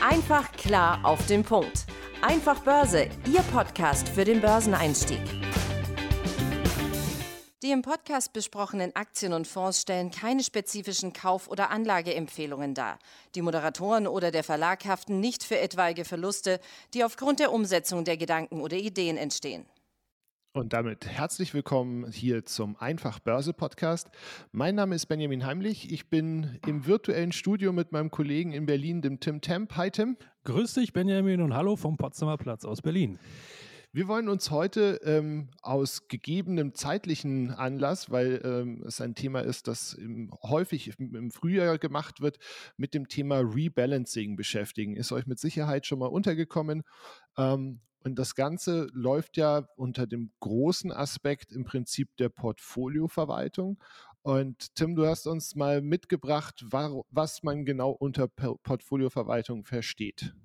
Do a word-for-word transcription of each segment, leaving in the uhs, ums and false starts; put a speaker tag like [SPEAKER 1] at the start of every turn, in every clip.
[SPEAKER 1] Einfach klar auf den Punkt. Einfach Börse, Ihr Podcast für den Börseneinstieg. Die im Podcast besprochenen Aktien und Fonds stellen keine spezifischen Kauf- oder Anlageempfehlungen dar. Die Moderatoren oder der Verlag haften nicht für etwaige Verluste, die aufgrund der Umsetzung der Gedanken oder Ideen entstehen.
[SPEAKER 2] Und damit herzlich willkommen hier zum Einfach Börse Podcast. Mein Name ist Benjamin Heimlich. Ich bin im virtuellen Studio mit meinem Kollegen in Berlin, dem Tim Temp. Hi Tim.
[SPEAKER 3] Grüß dich Benjamin und hallo vom Potsdamer Platz aus Berlin.
[SPEAKER 2] Wir wollen uns heute ähm, aus gegebenem zeitlichen Anlass, weil ähm, es ein Thema ist, das im, häufig im, im Frühjahr gemacht wird, mit dem Thema Rebalancing beschäftigen. Ist euch mit Sicherheit schon mal untergekommen. Ähm, Und das Ganze läuft ja unter dem großen Aspekt im Prinzip der Portfolioverwaltung. Und Tim, du hast uns mal mitgebracht, was man genau unter Portfolioverwaltung versteht.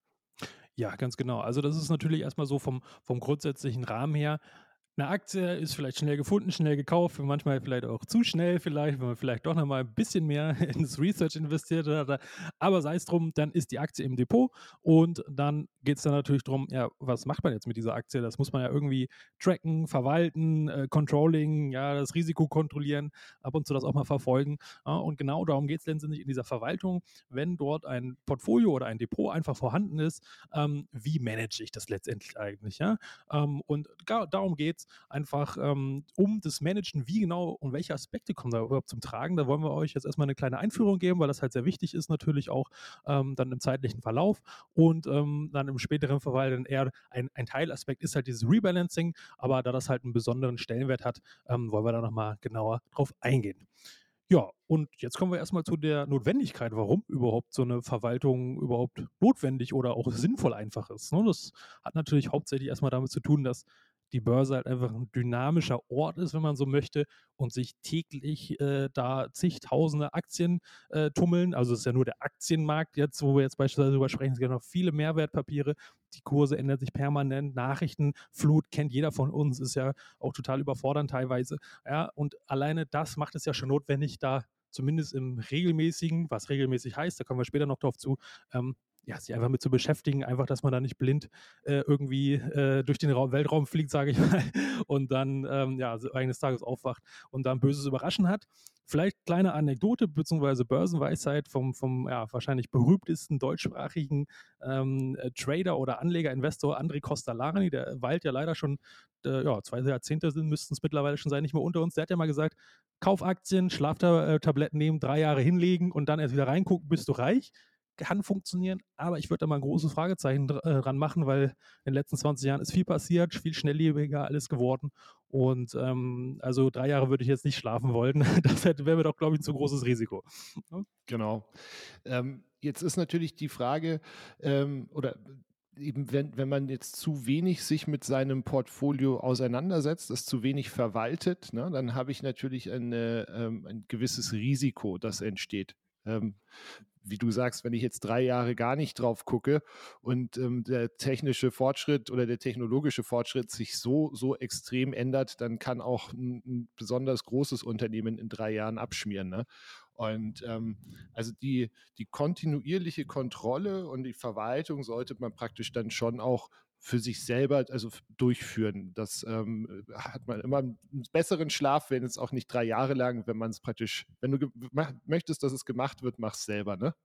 [SPEAKER 3] Ja, ganz genau. Also das ist natürlich erstmal so vom, vom grundsätzlichen Rahmen her. Eine Aktie ist vielleicht schnell gefunden, schnell gekauft, manchmal vielleicht auch zu schnell vielleicht, wenn man vielleicht doch nochmal ein bisschen mehr ins Research investiert hat. Aber sei es drum, dann ist die Aktie im Depot und dann geht es dann natürlich darum, ja, was macht man jetzt mit dieser Aktie? Das muss man ja irgendwie tracken, verwalten, äh, Controlling, ja, das Risiko kontrollieren, ab und zu das auch mal verfolgen. Ja, und genau darum geht es letztendlich in dieser Verwaltung, wenn dort ein Portfolio oder ein Depot einfach vorhanden ist, ähm, wie manage ich das letztendlich eigentlich? Ja? Ähm, und ga, darum geht es einfach ähm, um das Managen, wie genau und welche Aspekte kommen da überhaupt zum Tragen. Da wollen wir euch jetzt erstmal eine kleine Einführung geben, weil das halt sehr wichtig ist natürlich auch ähm, dann im zeitlichen Verlauf und ähm, dann im späteren Verfall dann eher ein, ein Teilaspekt ist halt dieses Rebalancing, aber da das halt einen besonderen Stellenwert hat, ähm, wollen wir da nochmal genauer drauf eingehen. Ja, und jetzt kommen wir erstmal zu der Notwendigkeit, warum überhaupt so eine Verwaltung überhaupt notwendig oder auch sinnvoll einfach ist. Ne? Das hat natürlich hauptsächlich erstmal damit zu tun, dass die Börse halt einfach ein dynamischer Ort ist, wenn man so möchte, und sich täglich äh, da zigtausende Aktien äh, tummeln. Also es ist ja nur der Aktienmarkt jetzt, wo wir jetzt beispielsweise drüber sprechen. Es gibt noch viele Mehrwertpapiere, die Kurse ändern sich permanent, Nachrichtenflut kennt jeder von uns, ist ja auch total überfordernd teilweise. Ja, und alleine das macht es ja schon notwendig, da zumindest im regelmäßigen, was regelmäßig heißt, da kommen wir später noch drauf zu, ähm, ja, sich einfach mit zu beschäftigen, einfach, dass man da nicht blind äh, irgendwie äh, durch den Raum, Weltraum fliegt, sage ich mal, und dann ähm, ja, also eines Tages aufwacht und dann böses Überraschen hat. Vielleicht kleine Anekdote bzw. Börsenweisheit vom, vom ja, wahrscheinlich berühmtesten deutschsprachigen ähm, Trader oder Anleger, Investor André Costalani, der weilt ja leider schon, äh, ja, zwei Jahrzehnte sind, müssten es mittlerweile schon sein, nicht mehr unter uns. Der hat ja mal gesagt, Kaufaktien, Schlaftabletten nehmen, drei Jahre hinlegen und dann erst wieder reingucken, bist du reich. Kann funktionieren, aber ich würde da mal ein großes Fragezeichen dran machen, weil in den letzten zwanzig Jahren ist viel passiert, viel schnelllebiger alles geworden und ähm, also drei Jahre würde ich jetzt nicht schlafen wollen. Das wäre mir doch, glaube ich, ein zu großes Risiko.
[SPEAKER 2] Genau. Ähm, jetzt ist natürlich die Frage, ähm, oder eben wenn, wenn man jetzt zu wenig sich mit seinem Portfolio auseinandersetzt, das zu wenig verwaltet, ne, dann habe ich natürlich eine, ähm, ein gewisses Risiko, das entsteht. Ähm, wie du sagst, wenn ich jetzt drei Jahre gar nicht drauf gucke und ähm, der technische Fortschritt oder der technologische Fortschritt sich so, so extrem ändert, dann kann auch ein, ein besonders großes Unternehmen in drei Jahren abschmieren. Ne? Und ähm, also die, die kontinuierliche Kontrolle und die Verwaltung sollte man praktisch dann schon auch für sich selber also durchführen. Das ähm, hat man immer einen besseren Schlaf, wenn es auch nicht drei Jahre lang, wenn man es praktisch, wenn du möchtest, dass es gemacht wird, mach es selber, ne?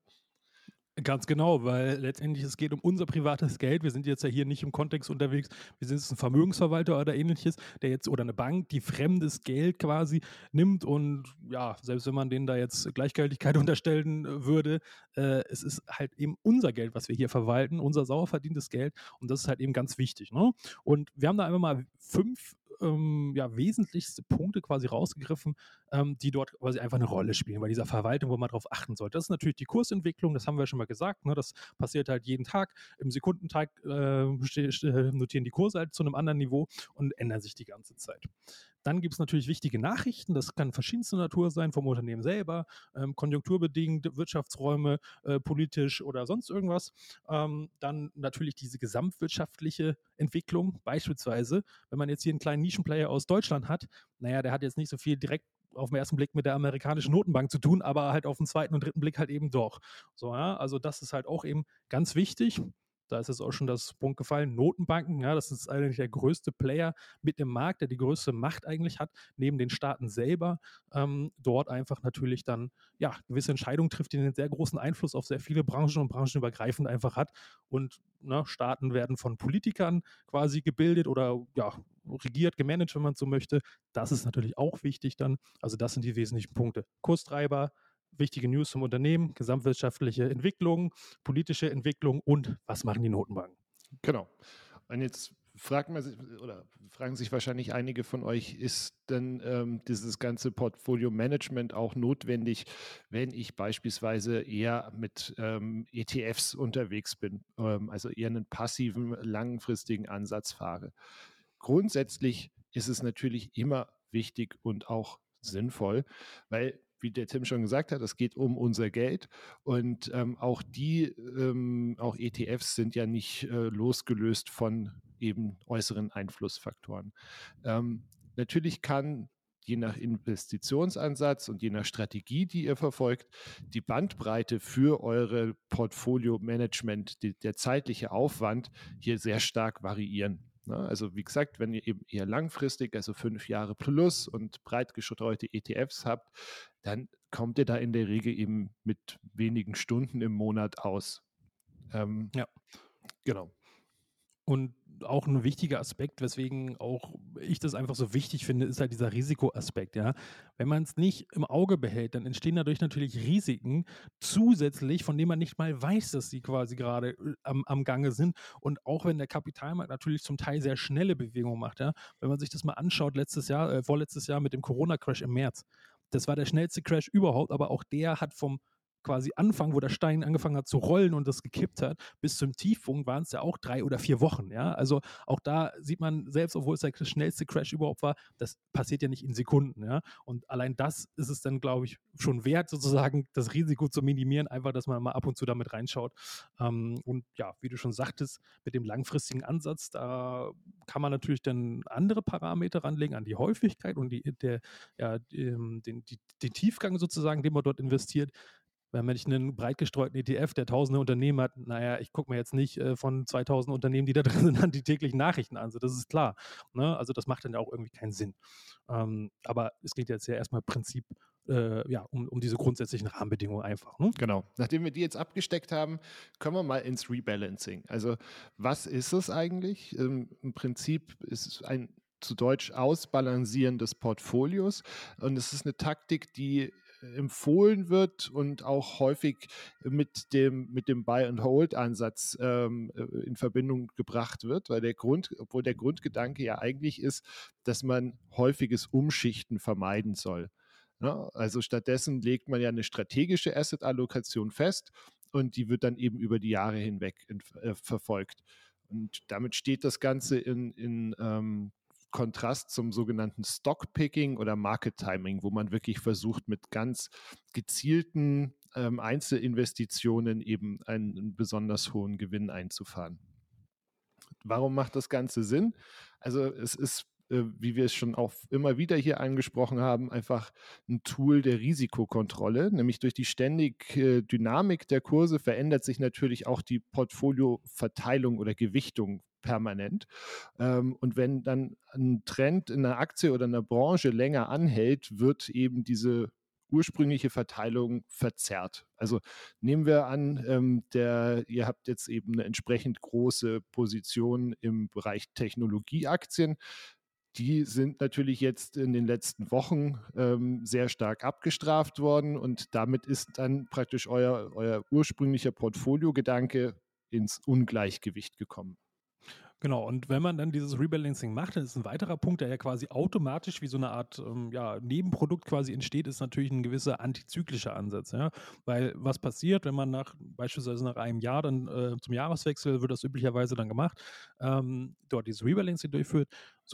[SPEAKER 3] Ganz genau, weil letztendlich es geht um unser privates Geld. Wir sind jetzt ja hier nicht im Kontext unterwegs. Wir sind jetzt ein Vermögensverwalter oder ähnliches, der jetzt oder eine Bank, die fremdes Geld quasi nimmt und ja, selbst wenn man denen da jetzt Gleichgültigkeit unterstellen würde, äh, es ist halt eben unser Geld, was wir hier verwalten, unser sauer verdientes Geld und das ist halt eben ganz wichtig. Ne? Und wir haben da einfach mal fünf ähm, ja, wesentlichste Punkte quasi rausgegriffen, ähm, die dort quasi einfach eine Rolle spielen bei dieser Verwaltung, wo man darauf achten sollte. Das ist natürlich die Kursentwicklung, das haben wir schon mal gesagt, ne? Das passiert halt jeden Tag. Im Sekundentag äh, notieren die Kurse halt zu einem anderen Niveau und ändern sich die ganze Zeit. Dann gibt es natürlich wichtige Nachrichten, das kann verschiedenste Natur sein, vom Unternehmen selber, ähm, konjunkturbedingt, Wirtschaftsräume, äh, politisch oder sonst irgendwas. Ähm, dann natürlich diese gesamtwirtschaftliche Entwicklung, beispielsweise, wenn man jetzt hier einen kleinen Nischenplayer aus Deutschland hat, naja, der hat jetzt nicht so viel direkt auf den ersten Blick mit der amerikanischen Notenbank zu tun, aber halt auf den zweiten und dritten Blick halt eben doch. So, ja, also das ist halt auch eben ganz wichtig. Da ist jetzt auch schon das Punkt gefallen, Notenbanken, ja, das ist eigentlich der größte Player mit dem Markt, der die größte Macht eigentlich hat, neben den Staaten selber, ähm, dort einfach natürlich dann, ja, gewisse Entscheidungen trifft, die einen sehr großen Einfluss auf sehr viele Branchen und branchenübergreifend einfach hat. Und ne, Staaten werden von Politikern quasi gebildet oder ja, regiert, gemanagt, wenn man so möchte. Das ist natürlich auch wichtig dann. Also das sind die wesentlichen Punkte. Kurstreiber, wichtige News zum Unternehmen, gesamtwirtschaftliche Entwicklung, politische Entwicklung und was machen die Notenbanken.
[SPEAKER 2] Genau. Und jetzt fragt man sich, oder fragen sich wahrscheinlich einige von euch, ist denn ähm, dieses ganze Portfolio-Management auch notwendig, wenn ich beispielsweise eher mit ähm, E T Fs unterwegs bin, ähm, also eher einen passiven, langfristigen Ansatz fahre? Grundsätzlich ist es natürlich immer wichtig und auch sinnvoll, weil, wie der Tim schon gesagt hat, es geht um unser Geld und ähm, auch die, ähm, auch E T Fs sind ja nicht äh, losgelöst von eben äußeren Einflussfaktoren. Ähm, natürlich kann je nach Investitionsansatz und je nach Strategie, die ihr verfolgt, die Bandbreite für eure Portfolio-Management, die, der zeitliche Aufwand hier sehr stark variieren. Also wie gesagt, wenn ihr eben eher langfristig, also fünf Jahre plus und breit gestreute E T Fs habt, dann kommt ihr da in der Regel eben mit wenigen Stunden im Monat aus. Ähm,
[SPEAKER 3] Ja.
[SPEAKER 2] Genau.
[SPEAKER 3] Und auch ein wichtiger Aspekt, weswegen auch ich das einfach so wichtig finde, ist halt dieser Risikoaspekt, ja. Wenn man es nicht im Auge behält, dann entstehen dadurch natürlich Risiken zusätzlich, von denen man nicht mal weiß, dass sie quasi gerade äh, am, am Gange sind. Und auch wenn der Kapitalmarkt natürlich zum Teil sehr schnelle Bewegungen macht, ja. Wenn man sich das mal anschaut, letztes Jahr, äh, vorletztes Jahr mit dem Corona-Crash im März, das war der schnellste Crash überhaupt, aber auch der hat vom quasi Anfang, wo der Stein angefangen hat zu rollen und das gekippt hat, bis zum Tiefpunkt waren es ja auch drei oder vier Wochen. Ja? Also auch da sieht man, selbst obwohl es der schnellste Crash überhaupt war, das passiert ja nicht in Sekunden. Ja? Und allein das ist es dann, glaube ich, schon wert, sozusagen das Risiko zu minimieren, einfach, dass man mal ab und zu damit reinschaut. Ähm, und ja, wie du schon sagtest, mit dem langfristigen Ansatz, da kann man natürlich dann andere Parameter ranlegen an die Häufigkeit und die, der, ja, den, den, die, den Tiefgang sozusagen, den man dort investiert. Wenn man nicht einen breit gestreuten E T F, der tausende Unternehmen hat, naja, ich gucke mir jetzt nicht äh, von zweitausend Unternehmen, die da drin sind, an die täglichen Nachrichten an. So, das ist klar. Ne? Also das macht dann ja auch irgendwie keinen Sinn. Ähm, aber es geht jetzt ja erstmal im Prinzip äh, ja, um, um diese grundsätzlichen Rahmenbedingungen einfach. Ne?
[SPEAKER 2] Genau. Nachdem wir die jetzt abgesteckt haben, können wir mal ins Rebalancing. Also was ist es eigentlich? Ähm, Im Prinzip ist es ein zu Deutsch Ausbalancieren des Portfolios und es ist eine Taktik, die empfohlen wird und auch häufig mit dem, mit dem Buy-and-Hold-Ansatz ähm, in Verbindung gebracht wird, weil der Grund, obwohl der Grundgedanke ja eigentlich ist, dass man häufiges Umschichten vermeiden soll. Ja, also stattdessen legt man ja eine strategische Asset-Allokation fest und die wird dann eben über die Jahre hinweg in, äh, verfolgt. Und damit steht das Ganze in, in ähm, Kontrast zum sogenannten Stockpicking oder Market Timing, wo man wirklich versucht, mit ganz gezielten ähm, Einzelinvestitionen eben einen, einen besonders hohen Gewinn einzufahren. Warum macht das Ganze Sinn? Also es ist, äh, wie wir es schon auch immer wieder hier angesprochen haben, einfach ein Tool der Risikokontrolle. Nämlich durch die ständige Dynamik der Kurse verändert sich natürlich auch die Portfolioverteilung oder Gewichtung permanent. Ähm, und wenn dann ein Trend in einer Aktie oder einer Branche länger anhält, wird eben diese ursprüngliche Verteilung verzerrt. Also nehmen wir an, ähm, der, ihr habt jetzt eben eine entsprechend große Position im Bereich Technologieaktien. Die sind natürlich jetzt in den letzten Wochen ähm, sehr stark abgestraft worden und damit ist dann praktisch euer, euer ursprünglicher Portfoliogedanke ins Ungleichgewicht gekommen.
[SPEAKER 3] Genau, und wenn man dann dieses Rebalancing macht, dann ist ein weiterer Punkt, der ja quasi automatisch wie so eine Art ähm, ja, Nebenprodukt quasi entsteht, ist natürlich ein gewisser antizyklischer Ansatz. Ja? Weil was passiert, wenn man nach beispielsweise nach einem Jahr dann äh, zum Jahreswechsel, wird das üblicherweise dann gemacht, ähm, dort dieses Rebalancing durchführt, so,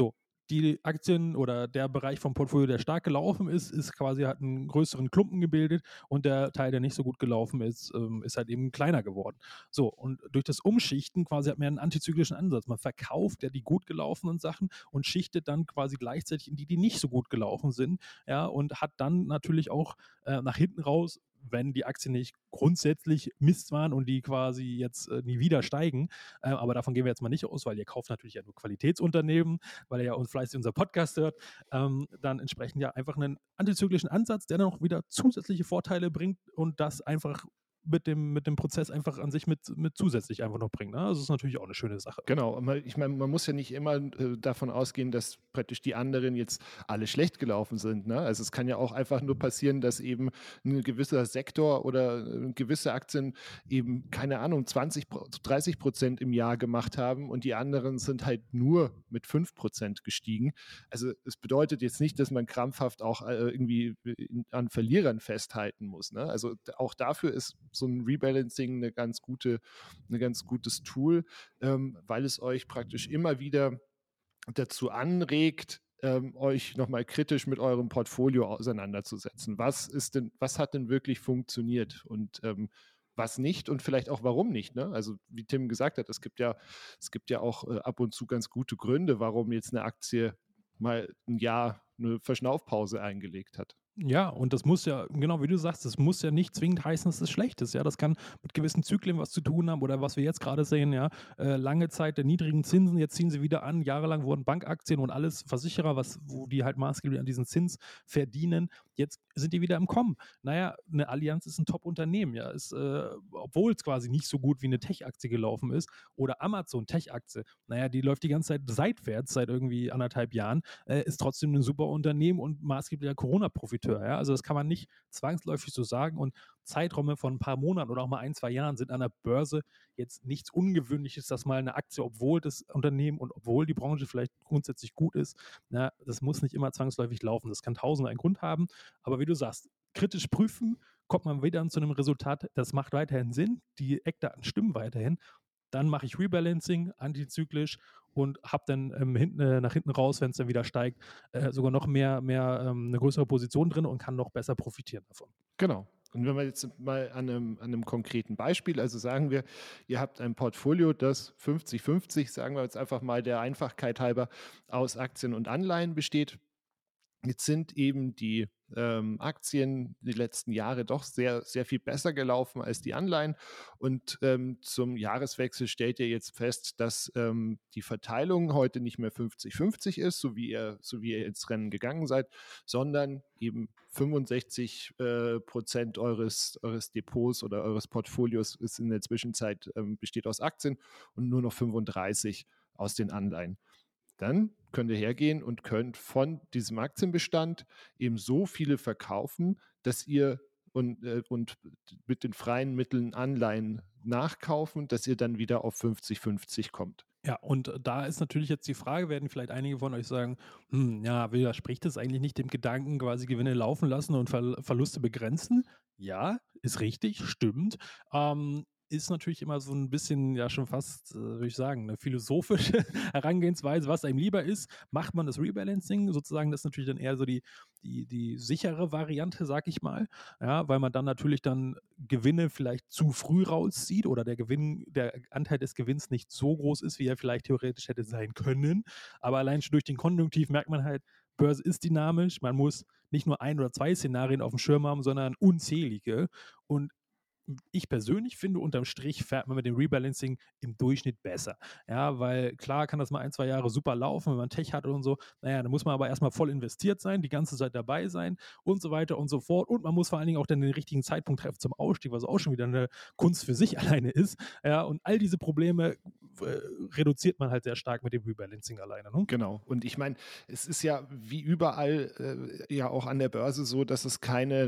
[SPEAKER 3] die Aktien oder der Bereich vom Portfolio, der stark gelaufen ist, ist quasi hat einen größeren Klumpen gebildet und der Teil, der nicht so gut gelaufen ist, ähm, ist halt eben kleiner geworden. So, und durch das Umschichten quasi hat man einen antizyklischen Ansatz. Man verkauft ja die gut gelaufenen Sachen und schichtet dann quasi gleichzeitig in die, die nicht so gut gelaufen sind, ja, und hat dann natürlich auch äh, nach hinten raus, wenn die Aktien nicht grundsätzlich Mist waren und die quasi jetzt äh, nie wieder steigen, äh, aber davon gehen wir jetzt mal nicht aus, weil ihr kauft natürlich ja nur Qualitätsunternehmen, weil ihr ja uns fleißig unser Podcast hört, ähm, dann entsprechend ja einfach einen antizyklischen Ansatz, der dann auch wieder zusätzliche Vorteile bringt und das einfach mit dem, mit dem Prozess einfach an sich mit, mit zusätzlich einfach noch bringt. Ne? Also das ist natürlich auch eine schöne Sache.
[SPEAKER 2] Genau, ich meine, man muss ja nicht immer äh, davon ausgehen, dass praktisch die anderen jetzt alle schlecht gelaufen sind. Ne? Also es kann ja auch einfach nur passieren, dass eben ein gewisser Sektor oder äh, gewisse Aktien eben, keine Ahnung, zwanzig, dreißig Prozent im Jahr gemacht haben und die anderen sind halt nur mit fünf Prozent gestiegen. Also es bedeutet jetzt nicht, dass man krampfhaft auch äh, irgendwie in, an Verlierern festhalten muss. Ne? Also auch dafür ist so ein Rebalancing eine ganz gute, ein ganz gutes Tool, ähm, weil es euch praktisch immer wieder dazu anregt, ähm, euch nochmal kritisch mit eurem Portfolio auseinanderzusetzen. Was ist denn, was hat denn wirklich funktioniert und ähm, was nicht und vielleicht auch warum nicht. Ne? Also wie Tim gesagt hat, es gibt ja, es gibt ja auch äh, ab und zu ganz gute Gründe, warum jetzt eine Aktie mal ein Jahr eine Verschnaufpause eingelegt hat.
[SPEAKER 3] Ja, und das muss ja, genau wie du sagst, das muss ja nicht zwingend heißen, dass es schlecht ist. Ja, das kann mit gewissen Zyklen was zu tun haben oder was wir jetzt gerade sehen, ja, äh, lange Zeit der niedrigen Zinsen, jetzt ziehen sie wieder an, jahrelang wurden Bankaktien und alles Versicherer, was, wo die halt maßgeblich an diesen Zins verdienen, jetzt sind die wieder im Kommen. Naja, eine Allianz ist ein Top-Unternehmen, ja, ist, äh, obwohl es quasi nicht so gut wie eine Tech-Aktie gelaufen ist oder Amazon Tech-Aktie, naja, die läuft die ganze Zeit seitwärts seit irgendwie anderthalb Jahren, äh, ist trotzdem ein super Unternehmen und maßgeblicher Corona-Profiteur. Ja? Also das kann man nicht zwangsläufig so sagen und Zeiträume von ein paar Monaten oder auch mal ein, zwei Jahren sind an der Börse jetzt nichts Ungewöhnliches, dass mal eine Aktie, obwohl das Unternehmen und obwohl die Branche vielleicht grundsätzlich gut ist, na, das muss nicht immer zwangsläufig laufen. Das kann tausend einen Grund haben, aber wie du sagst, kritisch prüfen, kommt man wieder zu einem Resultat, das macht weiterhin Sinn, die Eckdaten stimmen weiterhin, dann mache ich Rebalancing, antizyklisch und habe dann ähm, hinten, äh, nach hinten raus, wenn es dann wieder steigt, äh, sogar noch mehr, mehr ähm, eine größere Position drin und kann noch besser profitieren davon.
[SPEAKER 2] Genau. Und wenn wir jetzt mal an einem, an einem konkreten Beispiel, also sagen wir, ihr habt ein Portfolio, das fünfzig fünfzig, sagen wir jetzt einfach mal der Einfachkeit halber, aus Aktien und Anleihen besteht. Jetzt sind eben die ähm, Aktien die letzten Jahre doch sehr, sehr viel besser gelaufen als die Anleihen. Und ähm, zum Jahreswechsel stellt ihr jetzt fest, dass ähm, die Verteilung heute nicht mehr fünfzig fünfzig ist, so wie ihr, so wie ihr ins Rennen gegangen seid, sondern eben fünfundsechzig äh, Prozent eures, eures Depots oder eures Portfolios ist in der Zwischenzeit ähm, besteht aus Aktien und nur noch fünfunddreißig aus den Anleihen. Dann könnt ihr hergehen und könnt von diesem Aktienbestand eben so viele verkaufen, dass ihr und, äh, und mit den freien Mitteln Anleihen nachkaufen, dass ihr dann wieder auf fünfzig fünfzig kommt.
[SPEAKER 3] Ja, und da ist natürlich jetzt die Frage, werden vielleicht einige von euch sagen, hm, ja, widerspricht das eigentlich nicht dem Gedanken, quasi Gewinne laufen lassen und Ver Verluste begrenzen? Ja, ist richtig, stimmt. Ähm, ist natürlich immer so ein bisschen, ja schon fast, äh, würde ich sagen, eine philosophische Herangehensweise, was einem lieber ist. Macht man das Rebalancing, sozusagen, das ist natürlich dann eher so die, die, die sichere Variante, sag ich mal, ja, weil man dann natürlich dann Gewinne vielleicht zu früh rauszieht oder der Gewinn, der Anteil des Gewinns nicht so groß ist, wie er vielleicht theoretisch hätte sein können. Aber allein schon durch den Konjunktiv merkt man halt, Börse ist dynamisch, man muss nicht nur ein oder zwei Szenarien auf dem Schirm haben, sondern unzählige. Und ich persönlich finde, unterm Strich fährt man mit dem Rebalancing im Durchschnitt besser. Ja, weil klar kann das mal ein, zwei Jahre super laufen, wenn man Tech hat und so. Naja, da muss man aber erstmal voll investiert sein, die ganze Zeit dabei sein und so weiter und so fort. Und man muss vor allen Dingen auch dann den richtigen Zeitpunkt treffen zum Ausstieg, was auch schon wieder eine Kunst für sich alleine ist. Ja, und all diese Probleme äh, reduziert man halt sehr stark mit dem Rebalancing alleine. Ne?
[SPEAKER 2] Genau. Und ich meine, es ist ja wie überall äh, ja auch an der Börse so, dass es keine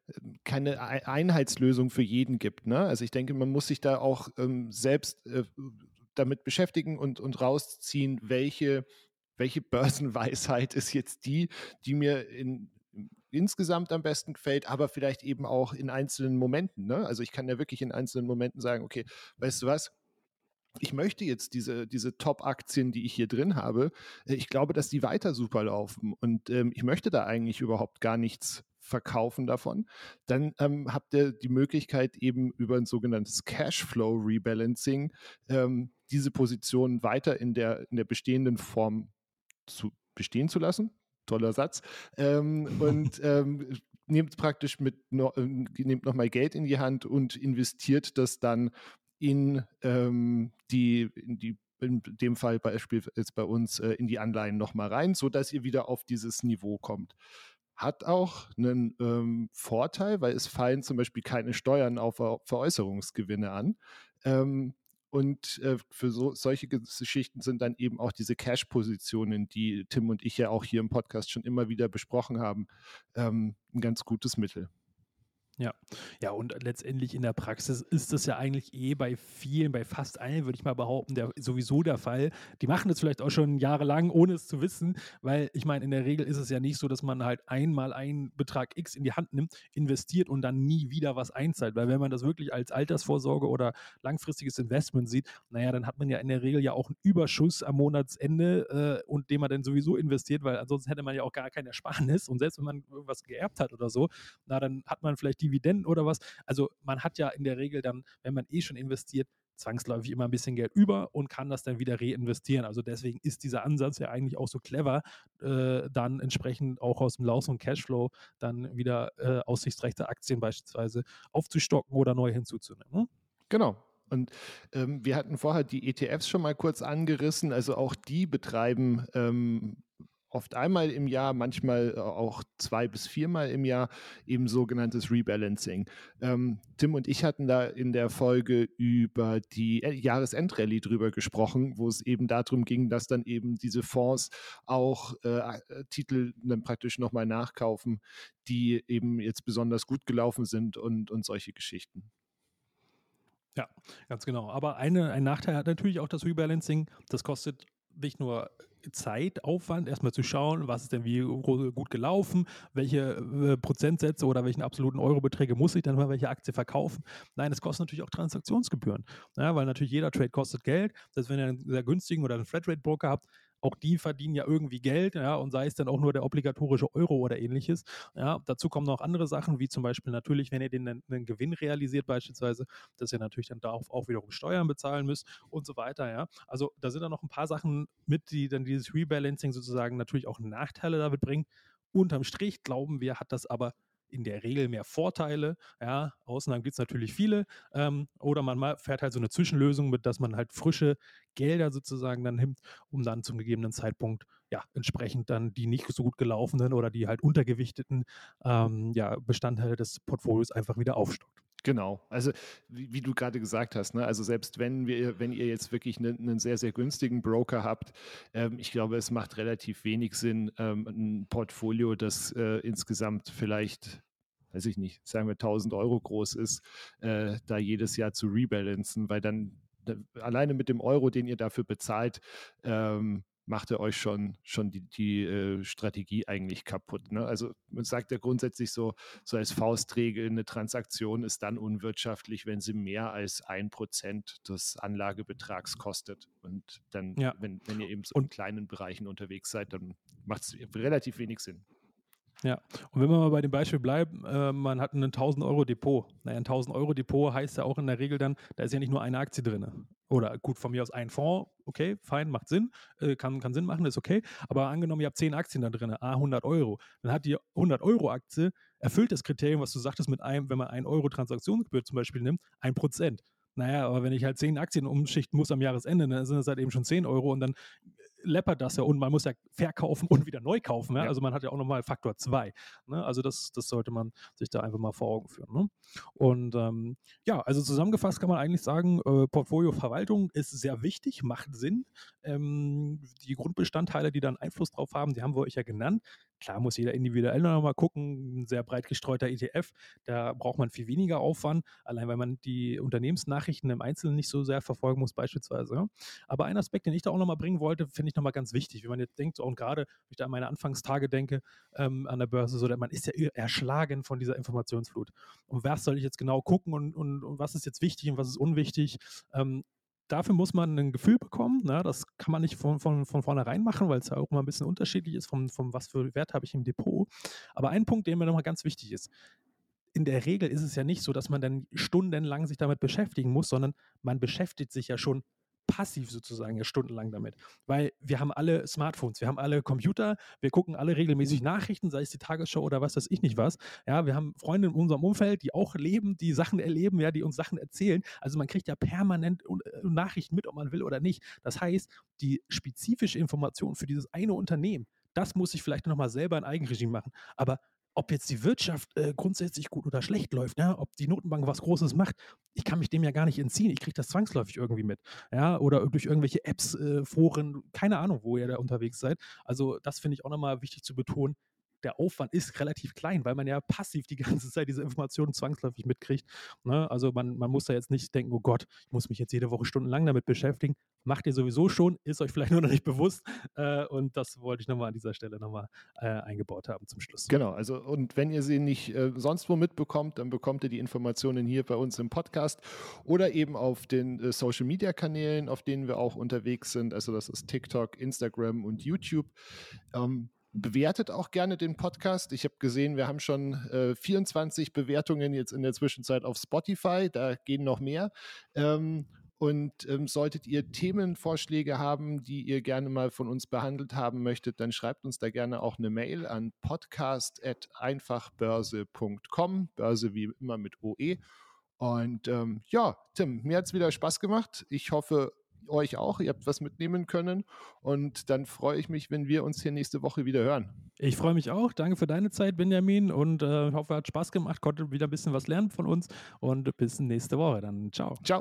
[SPEAKER 2] keine Einheitslösung für jeden gibt. Ne? Also ich denke, man muss sich da auch ähm, selbst äh, damit beschäftigen und, und rausziehen, welche, welche Börsenweisheit ist jetzt die, die mir in, insgesamt am besten gefällt, aber vielleicht eben auch in einzelnen Momenten. Ne? Also ich kann ja wirklich in einzelnen Momenten sagen, okay, weißt du was, ich möchte jetzt diese, diese Top-Aktien, die ich hier drin habe, äh, ich glaube, dass die weiter super laufen und ähm, ich möchte da eigentlich überhaupt gar nichts verkaufen davon, dann ähm, habt ihr die Möglichkeit eben über ein sogenanntes Cashflow-Rebalancing ähm, diese Position weiter in der, in der bestehenden Form zu bestehen zu lassen. Toller Satz. Ähm, und ähm, nehmt praktisch mit no, äh, nehmt nochmal Geld in die Hand und investiert das dann in ähm, die, in die in dem Fall Beispiel jetzt bei uns äh, in die Anleihen nochmal rein, sodass ihr wieder auf dieses Niveau kommt. Hat auch einen ähm, Vorteil, weil es fallen zum Beispiel keine Steuern auf Ver Veräußerungsgewinne an. Ähm, und äh, für so, solche Geschichten sind dann eben auch diese Cash-Positionen, die Tim und ich ja auch hier im Podcast schon immer wieder besprochen haben, ähm, ein ganz gutes Mittel.
[SPEAKER 3] Ja, ja, und letztendlich in der Praxis ist das ja eigentlich eh bei vielen, bei fast allen, würde ich mal behaupten, der, sowieso der Fall. Die machen das vielleicht auch schon jahrelang, ohne es zu wissen, weil ich meine, in der Regel ist es ja nicht so, dass man halt einmal einen Betrag X in die Hand nimmt, investiert und dann nie wieder was einzahlt, weil wenn man das wirklich als Altersvorsorge oder langfristiges Investment sieht, naja, dann hat man ja in der Regel ja auch einen Überschuss am Monatsende äh, und den man dann sowieso investiert, weil ansonsten hätte man ja auch gar kein Ersparnis und selbst wenn man irgendwas geerbt hat oder so, na, dann hat man vielleicht Dividenden oder was. Also man hat ja in der Regel dann, wenn man eh schon investiert, zwangsläufig immer ein bisschen Geld über und kann das dann wieder reinvestieren. Also deswegen ist dieser Ansatz ja eigentlich auch so clever, äh, dann entsprechend auch aus dem Laus- und Cashflow dann wieder äh, aussichtsreiche Aktien beispielsweise aufzustocken oder neu hinzuzunehmen. Hm?
[SPEAKER 2] Genau. Und ähm, wir hatten vorher die E T Fs schon mal kurz angerissen. Also auch die betreiben ähm, oft einmal im Jahr, manchmal auch zwei bis viermal im Jahr eben sogenanntes Rebalancing. Ähm, Tim und ich hatten da in der Folge über die Jahresendrallye drüber gesprochen, wo es eben darum ging, dass dann eben diese Fonds auch äh, Titel dann praktisch nochmal nachkaufen, die eben jetzt besonders gut gelaufen sind und, und solche Geschichten.
[SPEAKER 3] Ja, ganz genau. Aber eine, ein Nachteil hat natürlich auch das Rebalancing. Das kostet nicht nur Zeit, Aufwand, erstmal zu schauen, was ist denn wie gut gelaufen, welche äh, Prozentsätze oder welchen absoluten Eurobeträge muss ich dann mal welche Aktie verkaufen. Nein, es kostet natürlich auch Transaktionsgebühren, ja, weil natürlich jeder Trade kostet Geld. Das heißt, wenn ihr einen sehr günstigen oder einen Flatrate-Broker habt, auch die verdienen ja irgendwie Geld, ja, und sei es dann auch nur der obligatorische Euro oder ähnliches. Ja, dazu kommen noch andere Sachen, wie zum Beispiel natürlich, wenn ihr den einen Gewinn realisiert beispielsweise, dass ihr natürlich dann darauf auch wiederum Steuern bezahlen müsst und so weiter, ja. Also da sind dann noch ein paar Sachen mit, die dann dieses Rebalancing sozusagen natürlich auch Nachteile damit bringen. Unterm Strich glauben wir, hat das aber in der Regel mehr Vorteile. Ja, Ausnahmen gibt es natürlich viele. Ähm, oder man fährt halt so eine Zwischenlösung, mit dass man halt frische Gelder sozusagen dann nimmt, um dann zum gegebenen Zeitpunkt ja entsprechend dann die nicht so gut gelaufenen oder die halt untergewichteten ähm, ja, Bestandteile des Portfolios einfach wieder aufstockt.
[SPEAKER 2] Genau, also wie, wie du gerade gesagt hast, ne? Also selbst wenn wir, wenn ihr jetzt wirklich einen, einen sehr, sehr günstigen Broker habt, ähm, ich glaube, es macht relativ wenig Sinn, ähm, ein Portfolio, das äh, insgesamt vielleicht, weiß ich nicht, sagen wir tausend Euro groß ist, äh, da jedes Jahr zu rebalancen, weil dann da, alleine mit dem Euro, den ihr dafür bezahlt, ähm, macht er euch schon, schon die, die äh, Strategie eigentlich kaputt. Ne? Also man sagt ja grundsätzlich so, so als Faustregel, eine Transaktion ist dann unwirtschaftlich, wenn sie mehr als ein Prozent des Anlagebetrags kostet. Und dann,
[SPEAKER 3] ja.
[SPEAKER 2] wenn, wenn ihr eben so
[SPEAKER 3] und
[SPEAKER 2] in kleinen Bereichen unterwegs seid, dann macht es relativ wenig Sinn.
[SPEAKER 3] Ja, und wenn wir mal bei dem Beispiel bleiben, äh, man hat ein tausend Euro Depot. Naja, ein tausend Euro Depot heißt ja auch in der Regel dann, da ist ja nicht nur eine Aktie drin. Oder gut, von mir aus ein Fonds, okay, fein, macht Sinn, äh, kann, kann Sinn machen, ist okay. Aber angenommen, ihr habt zehn Aktien da drin, ah, hundert Euro. Dann hat die hundert Euro Aktie erfüllt das Kriterium, was du sagtest, mit einem, wenn man ein Euro Transaktionsgebühr zum Beispiel nimmt, ein Prozent. Naja, aber wenn ich halt zehn Aktien umschichten muss am Jahresende, dann sind das halt eben schon zehn Euro und dann läppert das ja und man muss ja verkaufen und wieder neu kaufen. Ja? Ja. Also man hat ja auch nochmal Faktor zwei. Ne? Also das, das sollte man sich da einfach mal vor Augen führen. Ne? Und ähm, ja, also zusammengefasst kann man eigentlich sagen, äh, Portfolioverwaltung ist sehr wichtig, macht Sinn. Ähm, die Grundbestandteile, die dann Einfluss drauf haben, die haben wir euch ja genannt. Klar muss jeder individuell nochmal gucken, ein sehr breit gestreuter E T F, da braucht man viel weniger Aufwand, allein weil man die Unternehmensnachrichten im Einzelnen nicht so sehr verfolgen muss beispielsweise. Ja? Aber ein Aspekt, den ich da auch nochmal bringen wollte, finde ich nochmal ganz wichtig, wenn man jetzt denkt, und gerade, wenn ich da an meine Anfangstage denke, ähm, an der Börse, so, man ist ja erschlagen von dieser Informationsflut. Und was soll ich jetzt genau gucken und, und, und was ist jetzt wichtig und was ist unwichtig? Ähm, dafür muss man ein Gefühl bekommen. Ne? Das kann man nicht von, von, von vornherein machen, weil es ja auch mal ein bisschen unterschiedlich ist, vom, vom was für Wert habe ich im Depot. Aber ein Punkt, der mir nochmal ganz wichtig ist: In der Regel ist es ja nicht so, dass man dann stundenlang sich damit beschäftigen muss, sondern man beschäftigt sich ja schon passiv sozusagen ja stundenlang damit. Weil wir haben alle Smartphones, wir haben alle Computer, wir gucken alle regelmäßig Nachrichten, sei es die Tagesschau oder was weiß ich nicht was. Ja, wir haben Freunde in unserem Umfeld, die auch leben, die Sachen erleben, ja, die uns Sachen erzählen. Also man kriegt ja permanent Nachrichten mit, ob man will oder nicht. Das heißt, die spezifische Information für dieses eine Unternehmen, das muss ich vielleicht nochmal selber in Eigenregie machen. Aber ob jetzt die Wirtschaft äh, grundsätzlich gut oder schlecht läuft, ja, ob die Notenbank was Großes macht, ich kann mich dem ja gar nicht entziehen. Ich kriege das zwangsläufig irgendwie mit. Ja, oder durch irgendwelche Apps, äh, Foren, keine Ahnung, wo ihr da unterwegs seid. Also das finde ich auch nochmal wichtig zu betonen. Der Aufwand ist relativ klein, weil man ja passiv die ganze Zeit diese Informationen zwangsläufig mitkriegt. Ne? Also man, man muss da jetzt nicht denken, oh Gott, ich muss mich jetzt jede Woche stundenlang damit beschäftigen. Macht ihr sowieso schon, ist euch vielleicht nur noch nicht bewusst. Äh, und das wollte ich nochmal an dieser Stelle nochmal äh, eingebaut haben zum Schluss.
[SPEAKER 2] Genau, also und wenn ihr sie nicht äh, sonst wo mitbekommt, dann bekommt ihr die Informationen hier bei uns im Podcast oder eben auf den äh, Social-Media-Kanälen, auf denen wir auch unterwegs sind. Also das ist TikTok, Instagram und YouTube. Ähm, Bewertet auch gerne den Podcast. Ich habe gesehen, wir haben schon äh, vierundzwanzig Bewertungen jetzt in der Zwischenzeit auf Spotify. Da gehen noch mehr. Ähm, und ähm, solltet ihr Themenvorschläge haben, die ihr gerne mal von uns behandelt haben möchtet, dann schreibt uns da gerne auch eine Mail an podcast at einfachbörse punkt com. Börse wie immer mit O E. Und ähm, ja, Tim, mir hat es wieder Spaß gemacht. Ich hoffe, euch auch. Ihr habt was mitnehmen können. Und dann freue ich mich, wenn wir uns hier nächste Woche wieder hören.
[SPEAKER 3] Ich freue mich auch. Danke für deine Zeit, Benjamin. Und äh, hoffe, hat Spaß gemacht. Konnte wieder ein bisschen was lernen von uns. Und bis nächste Woche. Dann ciao.
[SPEAKER 2] Ciao.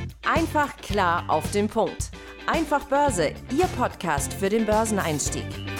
[SPEAKER 1] Einfach klar auf den Punkt. Einfach Börse, Ihr Podcast für den Börseneinstieg.